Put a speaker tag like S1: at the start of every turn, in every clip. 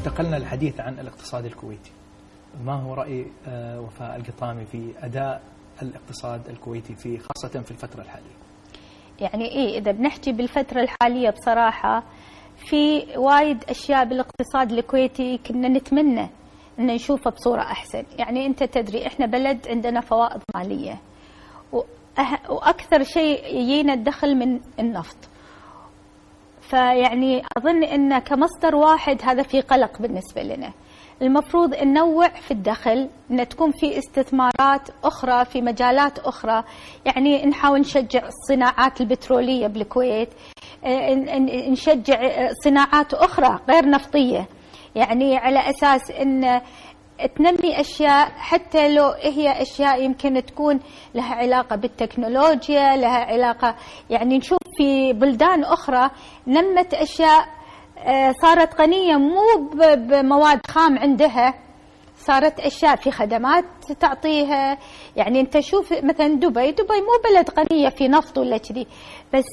S1: انتقلنا للحديث عن الاقتصاد الكويتي، ما هو رأي وفاء القطامي في أداء الاقتصاد الكويتي في خاصة في الفترة الحالية؟
S2: يعني إذا بنحكي بالفترة الحالية بصراحة في وايد أشياء بالاقتصاد الكويتي كنا نتمنى أن نشوفها بصورة أحسن. يعني أنت تدري إحنا بلد عندنا فوائد مالية، وأكثر شيء يجينا الدخل من النفط، فيعني أظن أن كمصدر واحد هذا في قلق بالنسبة لنا. المفروض ننوع في الدخل، أن تكون في استثمارات أخرى في مجالات أخرى، يعني نحاول نشجع الصناعات البترولية بالكويت، نشجع صناعات أخرى غير نفطية، يعني على أساس أن تنمي أشياء حتى لو هي أشياء يمكن تكون لها علاقة بالتكنولوجيا، لها علاقة، يعني نشوف في بلدان أخرى نمت أشياء صارت غنية مو بمواد خام عندها، صارت أشياء في خدمات تعطيها. يعني أنت شوف مثلا دبي مو بلد غنية في نفط ولا كذي، بس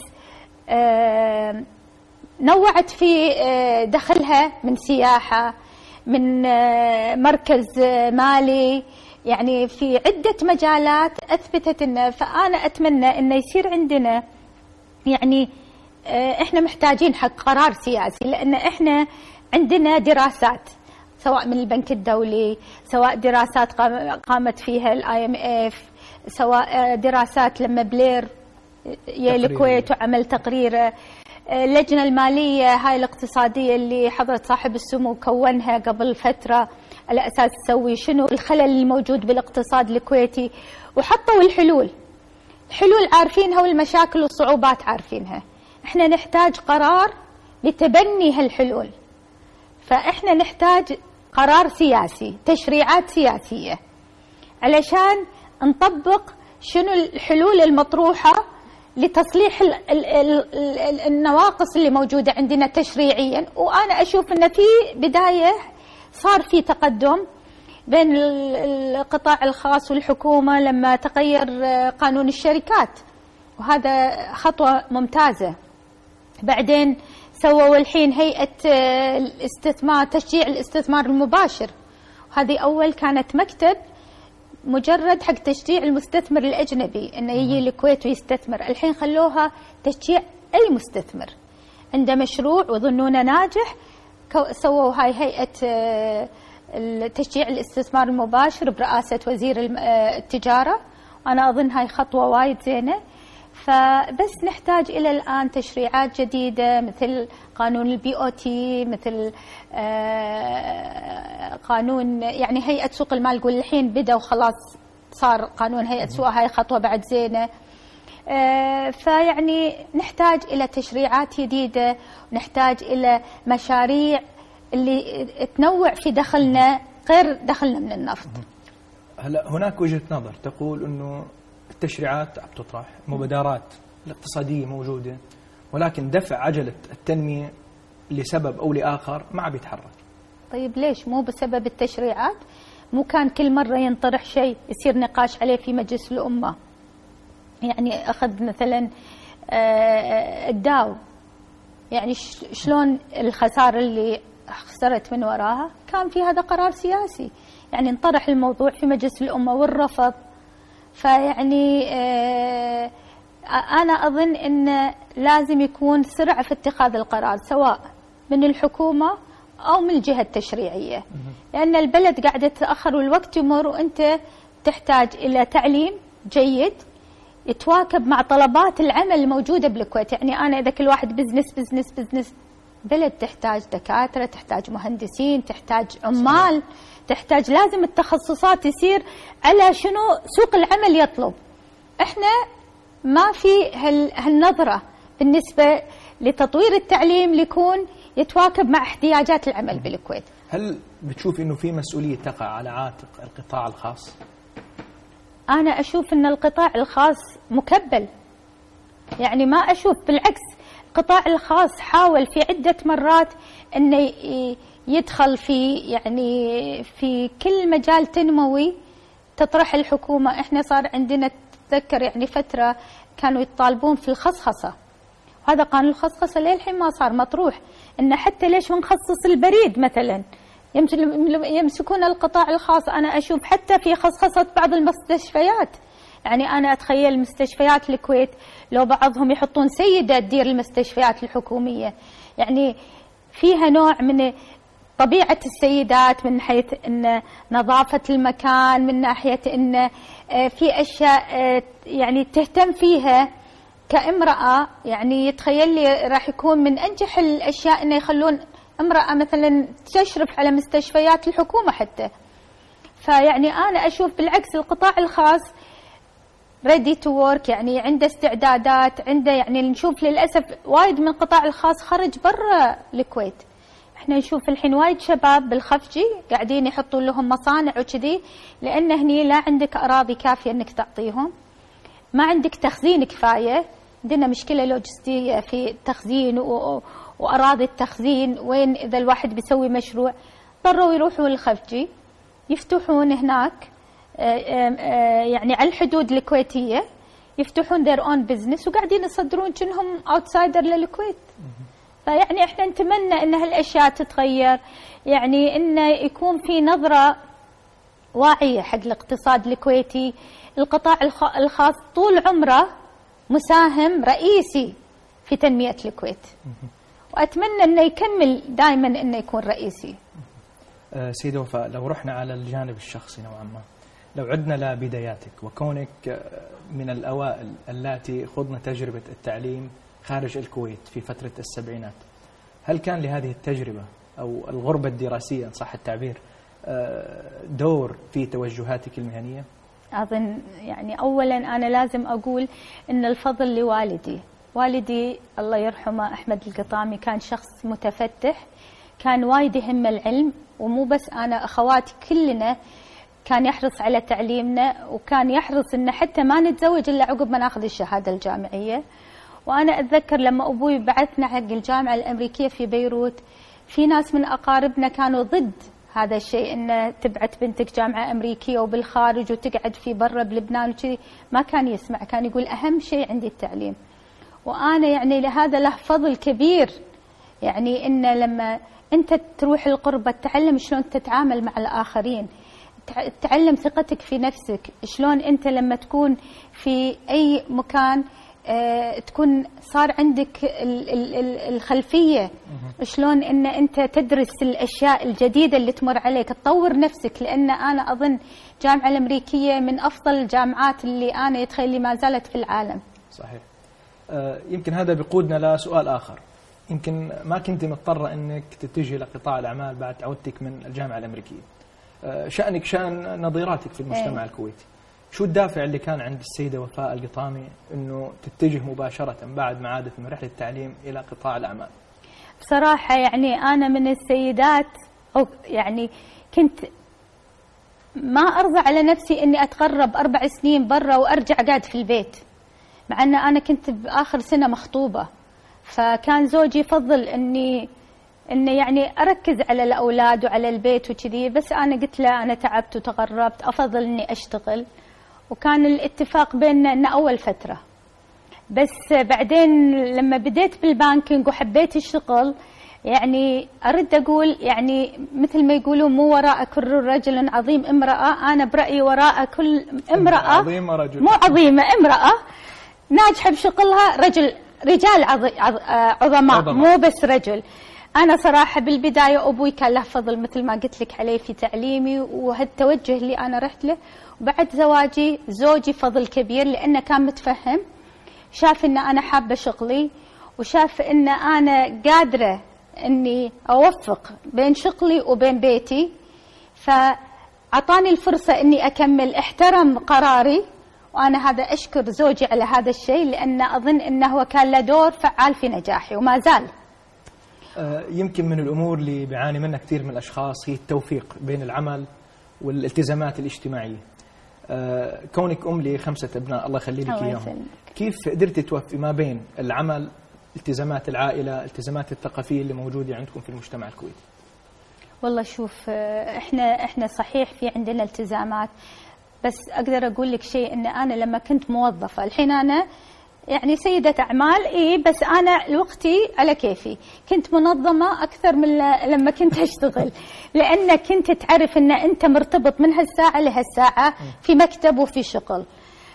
S2: نوعت في دخلها من سياحة، من مركز مالي، يعني في عدة مجالات أثبتت إنه. فأنا أتمنى إنه يصير عندنا، يعني إحنا محتاجين حق قرار سياسي، لأن إحنا عندنا دراسات سواء من البنك الدولي، سواء دراسات قامت فيها IMF، سواء دراسات لما بلير يا الكويت وعمل تقرير. اللجنة المالية هاي الاقتصادية اللي حضرة صاحب السمو كونها قبل فترة على أساس تسوي شنو الخلل الموجود بالاقتصاد الكويتي، وحطوا الحلول عارفينها، والمشاكل والصعوبات عارفينها. احنا نحتاج قرار لتبني هالحلول، فاحنا نحتاج قرار سياسي، تشريعات سياسية علشان نطبق شنو الحلول المطروحة لتصليح النواقص اللي موجودة عندنا تشريعيا. وأنا أشوف أن في بداية صار في تقدم بين القطاع الخاص والحكومة لما تغير قانون الشركات، وهذا خطوة ممتازة. بعدين سووا الحين هيئة الاستثمار، تشجيع الاستثمار المباشر، وهذه أول كانت مكتب مجرد حق تشجيع المستثمر الأجنبي إنه يجي الكويت ويستثمر، الحين خلوها تشجيع أي مستثمر عنده مشروع وظنونه ناجح. سووا هاي هيئة تشجيع الاستثمار المباشر برئاسة وزير التجارة، وأنا أظن هاي خطوة وايد زينة. فبس نحتاج إلى الآن تشريعات جديدة مثل قانون BOT، مثل قانون يعني هيئة سوق المال، قول الحين بدأ وخلاص صار قانون هيئة سوق، هاي خطوة بعد زينة. فيعني نحتاج إلى تشريعات جديدة، ونحتاج إلى مشاريع اللي تنوع في دخلنا غير دخلنا من النفط.
S1: هلا هناك وجهة نظر تقول إنه التشريعات عم تطرح، مبادرات الاقتصادية موجودة، ولكن دفع عجلة التنمية لسبب أو لآخر ما عم يتحرك.
S2: طيب ليش مو بسبب التشريعات؟ مو كان كل مرة ينطرح شيء يصير نقاش عليه في مجلس الأمة؟ يعني أخذ مثلا الداو، يعني شلون الخسارة اللي خسرت من وراها كان في هذا قرار سياسي، يعني انطرح الموضوع في مجلس الأمة والرفض. فيعني أنا أظن أن لازم يكون سرعة في اتخاذ القرار سواء من الحكومة أو من الجهة التشريعية، لأن البلد قاعدة تتأخر والوقت يمر، وأنت تحتاج إلى تعليم جيد يتواكب مع طلبات العمل الموجودة بالكويت. يعني أنا إذا كل واحد بزنس بلد تحتاج دكاترة، تحتاج مهندسين، تحتاج عمال، تحتاج لازم التخصصات يصير على شنو سوق العمل يطلب. احنا ما في هالنظرة بالنسبة لتطوير التعليم ليكون يتواكب مع احتياجات العمل بالكويت.
S1: هل بتشوف انه في مسؤولية تقع على عاتق القطاع الخاص؟
S2: انا اشوف ان القطاع الخاص مكبل، يعني ما اشوف، بالعكس القطاع الخاص حاول في عدة مرات انه يدخل في يعني في كل مجال تنموي تطرح الحكومة. احنا صار عندنا تذكر يعني فترة كانوا يطالبون في الخصخصة، هذا قانون الخصخصة للحين ما صار مطروح، إن حتى ليش ما نخصص البريد مثلا يمسكون القطاع الخاص. أنا أشوف حتى في خصخصة بعض المستشفيات، يعني أنا أتخيل مستشفيات الكويت لو بعضهم يحطون سيدة تدير المستشفيات الحكومية، يعني فيها نوع من طبيعة السيدات من حيث أن نظافة المكان، من ناحية أن في أشياء يعني تهتم فيها كامرأة. يعني يتخيل لي راح يكون من أنجح الأشياء أنه يخلون امرأة مثلا تشرف على مستشفيات الحكومة حتى. فيعني أنا أشوف بالعكس القطاع الخاص ready to work، يعني عنده استعدادات، عنده يعني نشوف للأسف وايد من القطاع الخاص خرج برا الكويت. احنا نشوف الحين وايد شباب بالخفجي قاعدين يحطون لهم مصانع وكذي، لأن هني لا عندك أراضي كافية انك تعطيهم، ما عندك تخزين كفاية. عندنا مشكلة لوجستية في التخزين وأراضي التخزين، وين إذا الواحد بيسوي مشروع اضطروا يروحوا للخفجي يفتحون هناك يعني على الحدود الكويتية، يفتحون their own business وقاعدين يصدرون كأنهم outsider للكويت. فيعني احنا نتمنى ان هالاشياء تتغير، يعني انه يكون في نظرة واعية حق الاقتصاد الكويتي. القطاع الخاص طول عمره مساهم رئيسي في تنمية الكويت، وأتمنى أنه يكمل دائما أنه يكون رئيسي.
S1: سيدة وفاء، لو رحنا على الجانب الشخصي نوعا ما، لو عدنا لبداياتك وكونك من الأوائل التي خضن تجربة التعليم خارج الكويت في فترة السبعينات، هل كان لهذه التجربة أو الغربة الدراسية إن صح التعبير دور في توجهاتك المهنية؟
S2: أظن يعني أولا أنا لازم أقول أن الفضل لوالدي. والدي الله يرحمه أحمد القطامي كان شخص متفتح، كان وايد يهم العلم، ومو بس أنا، أخواتي كلنا كان يحرص على تعليمنا، وكان يحرص أن حتى ما نتزوج إلا عقب ما ناخذ الشهادة الجامعية. وأنا أتذكر لما أبوي بعثنا حق الجامعة الأمريكية في بيروت، في ناس من أقاربنا كانوا ضد هذا الشيء، أن تبعث بنتك جامعة أمريكية وبالخارج وتقعد في برا بلبنان وكذي، ما كان يسمع، كان يقول أهم شيء عندي التعليم. وأنا يعني لهذا له فضل كبير، يعني إن لما أنت تروح القربة تتعلم شلون تتعامل مع الآخرين، تعلم ثقتك في نفسك، شلون أنت لما تكون في أي مكان تكون صار عندك الخلفية، شلون ان انت تدرس الاشياء الجديدة اللي تمر عليك، تطور نفسك. لان انا اظن الجامعة الامريكية من افضل الجامعات اللي انا يتخيل لي ما زالت في العالم.
S1: صحيح. يمكن هذا بيقودنا لسؤال اخر، يمكن ما كنت مضطرة انك تتجه لقطاع الاعمال بعد عودتك من الجامعة الامريكية، شأنك شأن نظيراتك في المجتمع الكويتي. شو الدافع اللي كان عند السيدة وفاء القطامي أنه تتجه مباشرة بعد ما عادت من رحلة التعليم إلى قطاع الأعمال؟
S2: بصراحة يعني أنا من السيدات، أو يعني كنت ما أرضى على نفسي أني أتغرب 4 سنين برا وأرجع قاعد في البيت، مع أن أنا كنت بآخر سنة مخطوبة. فكان زوجي يفضل أني يعني أركز على الأولاد وعلى البيت وكذي، بس أنا قلت له أنا تعبت وتغربت، أفضل أني أشتغل. وكان الاتفاق بيننا أن أول فترة، بس بعدين لما بديت بالبانكينج وحبيت الشغل، يعني أرد أقول يعني مثل ما يقولون مو وراء كل رجل عظيم امرأة، أنا برأيي وراء كل امرأة
S1: عظيمة رجل،
S2: مو عظيمة، امرأة ناجحة بشغلها رجال عظماء، مو بس رجل. أنا صراحة بالبداية أبوي كان له فضل مثل ما قلت لك عليه في تعليمي وهالتوجه اللي أنا رحت له. وبعد زواجي زوجي فضل كبير، لأنه كان متفهم، شاف إن أنا حابة شغلي، وشاف إن أنا قادرة إني أوفق بين شغلي وبين بيتي، فأعطاني الفرصة إني أكمل، احترم قراري. وأنا هذا أشكر زوجي على هذا الشيء، لأن أظن إنه هو كان له دور فعال في نجاحي وما زال.
S1: يمكن من الأمور اللي بيعاني منها كثير من الأشخاص هي التوفيق بين العمل والالتزامات الاجتماعية. كونك أم ل5 أبناء الله يخلي لك إياهم، كيف قدرتي توفي ما بين العمل، التزامات العائلة، التزامات الثقافية اللي موجودة عندكم في المجتمع الكويتي؟
S2: والله شوف، احنا صحيح في عندنا التزامات، بس أقدر أقول لك شيء، إن أنا لما كنت موظفة، الحين أنا يعني سيدة أعمال بس أنا وقتي على كيفي، كنت منظمة أكثر من لما كنت أشتغل، لأن كنت تعرف أن أنت مرتبط من هالساعة لهالساعة في مكتب وفي شغل.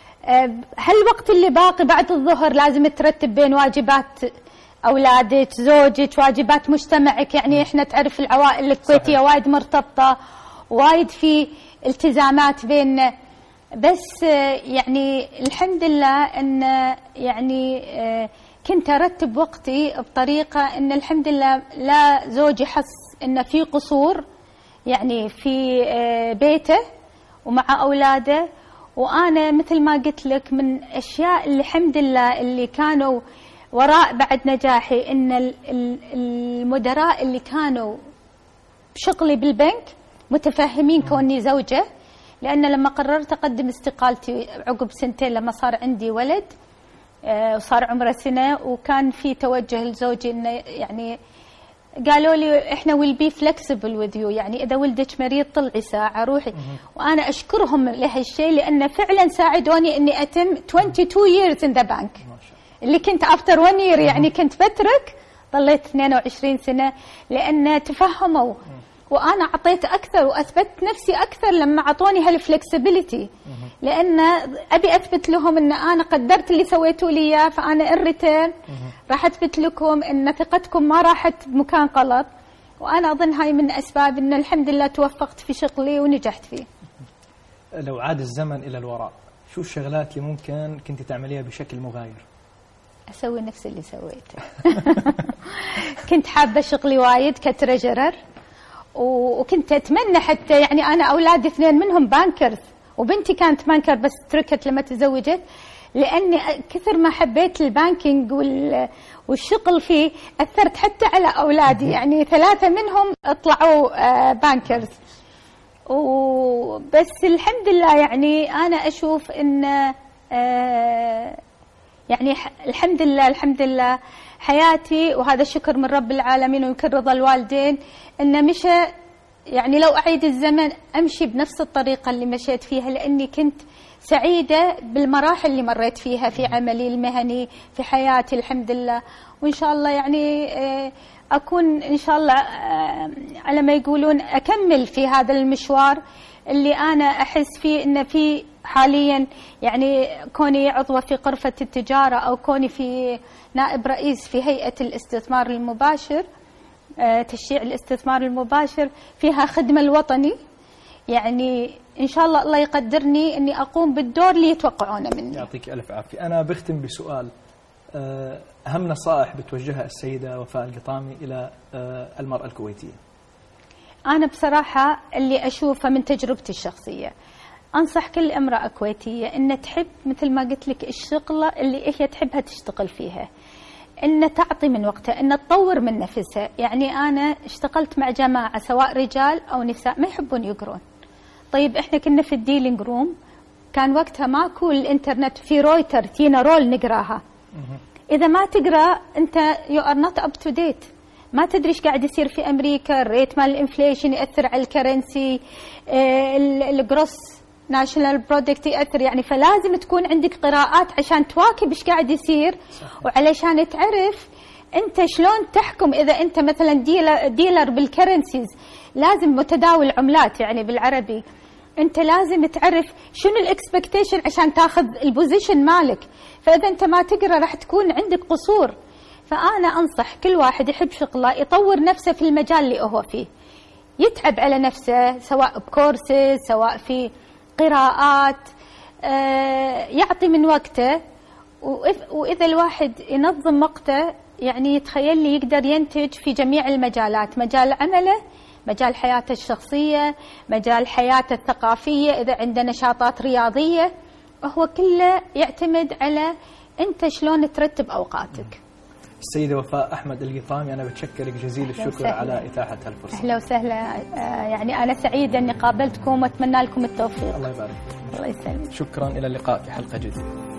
S2: هالوقت اللي باقي بعد الظهر لازم ترتب بين واجبات أولادك، زوجك، واجبات مجتمعك. يعني إحنا تعرف العوائل الكويتية وايد مرتبطة، وايد في التزامات بيننا. بس يعني الحمد لله أن يعني كنت أرتب وقتي بطريقة أن الحمد لله لا زوجي حس أن في قصور يعني في بيته ومع أولاده. وأنا مثل ما قلت لك من الأشياء اللي الحمد لله اللي كانوا وراء بعد نجاحي أن المدراء اللي كانوا بشغلي بالبنك متفهمين كوني زوجة، لأن لما قررت أقدم استقالتي عقب سنتين لما صار عندي ولد وصار عمره سنة، وكان في توجه لزوجي إنه يعني قالوا لي إحنا will be flexible with you، يعني إذا ولدك مريض طلعي ساعة روحي. وأنا أشكرهم لهالشيء لأن فعلا ساعدوني إني أتم 22 years in the bank، اللي كنت after 1 year يعني كنت بترك، ضليت 22 سنة لأن تفهموا. وأنا أعطيت أكثر وأثبت نفسي أكثر لما أعطوني هالفلكسبيليتي، لأن أبي أثبت لهم أن أنا قدرت اللي سويتوا لي إياه، فأنا الريتيرن راح أثبت لكم أن ثقتكم ما راحت بمكان غلط. وأنا أظن هاي من أسباب أن الحمد لله توفقت في شغلي ونجحت فيه.
S1: لو عاد الزمن إلى الوراء، شو الشغلات اللي ممكن كنت تعمليها بشكل مغاير؟
S2: أسوي نفس اللي سويته. كنت حابة شغلي وايد كتريجرر، وكنت أتمنى حتى يعني أنا أولادي 2 منهم بانكرز، وبنتي كانت بانكر بس تركت لما تزوجت، لأني كثر ما حبيت البانكينج والشغل فيه أثرت حتى على أولادي، يعني 3 منهم طلعوا بانكرز. وبس الحمد لله يعني أنا أشوف إن يعني الحمد لله حياتي، وهذا الشكر من رب العالمين ويمكن رضا الوالدين، إن مشى يعني لو أعيد الزمن أمشي بنفس الطريقة اللي مشيت فيها، لأني كنت سعيدة بالمراحل اللي مريت فيها في عملي المهني في حياتي الحمد لله. وإن شاء الله يعني أكون إن شاء الله على ما يقولون أكمل في هذا المشوار اللي أنا أحس فيه إن في حاليا، يعني كوني عضوة في غرفة التجارة أو كوني في نائب رئيس في هيئة الاستثمار المباشر، تشجيع الاستثمار المباشر، فيها خدمة الوطني، يعني إن شاء الله الله يقدرني أني أقوم بالدور اللي يتوقعونه مني.
S1: يعطيك ألف عافية. أنا بختم بسؤال، أهم نصائح بتوجهها السيدة وفاء القطامي إلى المرأة الكويتية؟
S2: أنا بصراحة اللي أشوفه من تجربتي الشخصية، أنصح كل امرأة كويتية أن تحب مثل ما قلت لك الشغلة اللي هي تحبها تشتغل فيها، أن تعطي من وقتها، أن تطور من نفسها. يعني أنا اشتغلت مع جماعة سواء رجال أو نساء ما يحبون يقرون. طيب إحنا كنا في الديلينج روم، كان وقتها ماكو الإنترنت، في رويتر تينا رول نقراها. إذا ما تقرأ أنت you are not up to date، ما تدري ايش قاعد يصير في أمريكا، الريت مال الانفليشن يأثر على الكرنسي، الجروس ناشونال برودكت يأثر، يعني فلازم تكون عندك قراءات عشان تواكب ايش قاعد يصير. وعلشان تعرف انت شلون تحكم، اذا انت مثلا ديلر بالكرنسيز، لازم متداول عملات يعني بالعربي، انت لازم تعرف شنو الاكسبكتيشن عشان تاخذ البوزيشن مالك. فاذا انت ما تقرا راح تكون عندك قصور. فانا انصح كل واحد يحب شغله يطور نفسه في المجال اللي هو فيه، يتعب على نفسه سواء بكورسز سواء في قراءات، يعطي من وقته. وإذا الواحد ينظم وقته يعني يتخيل لي يقدر ينتج في جميع المجالات، مجال عمله، مجال حياته الشخصية، مجال حياته الثقافية، إذا عنده نشاطات رياضية، هو كله يعتمد على أنت شلون ترتب أوقاتك.
S1: السيدة وفاء أحمد القطامي، أنا بتشكرك جزيل الشكر على إتاحة هالفرصة.
S2: أهلا وسهلا، يعني أنا سعيدة أني قابلتكم وأتمنى لكم التوفيق.
S1: الله يبارك.
S2: الله يسلمك.
S1: شكرا، إلى اللقاء في حلقة جديدة.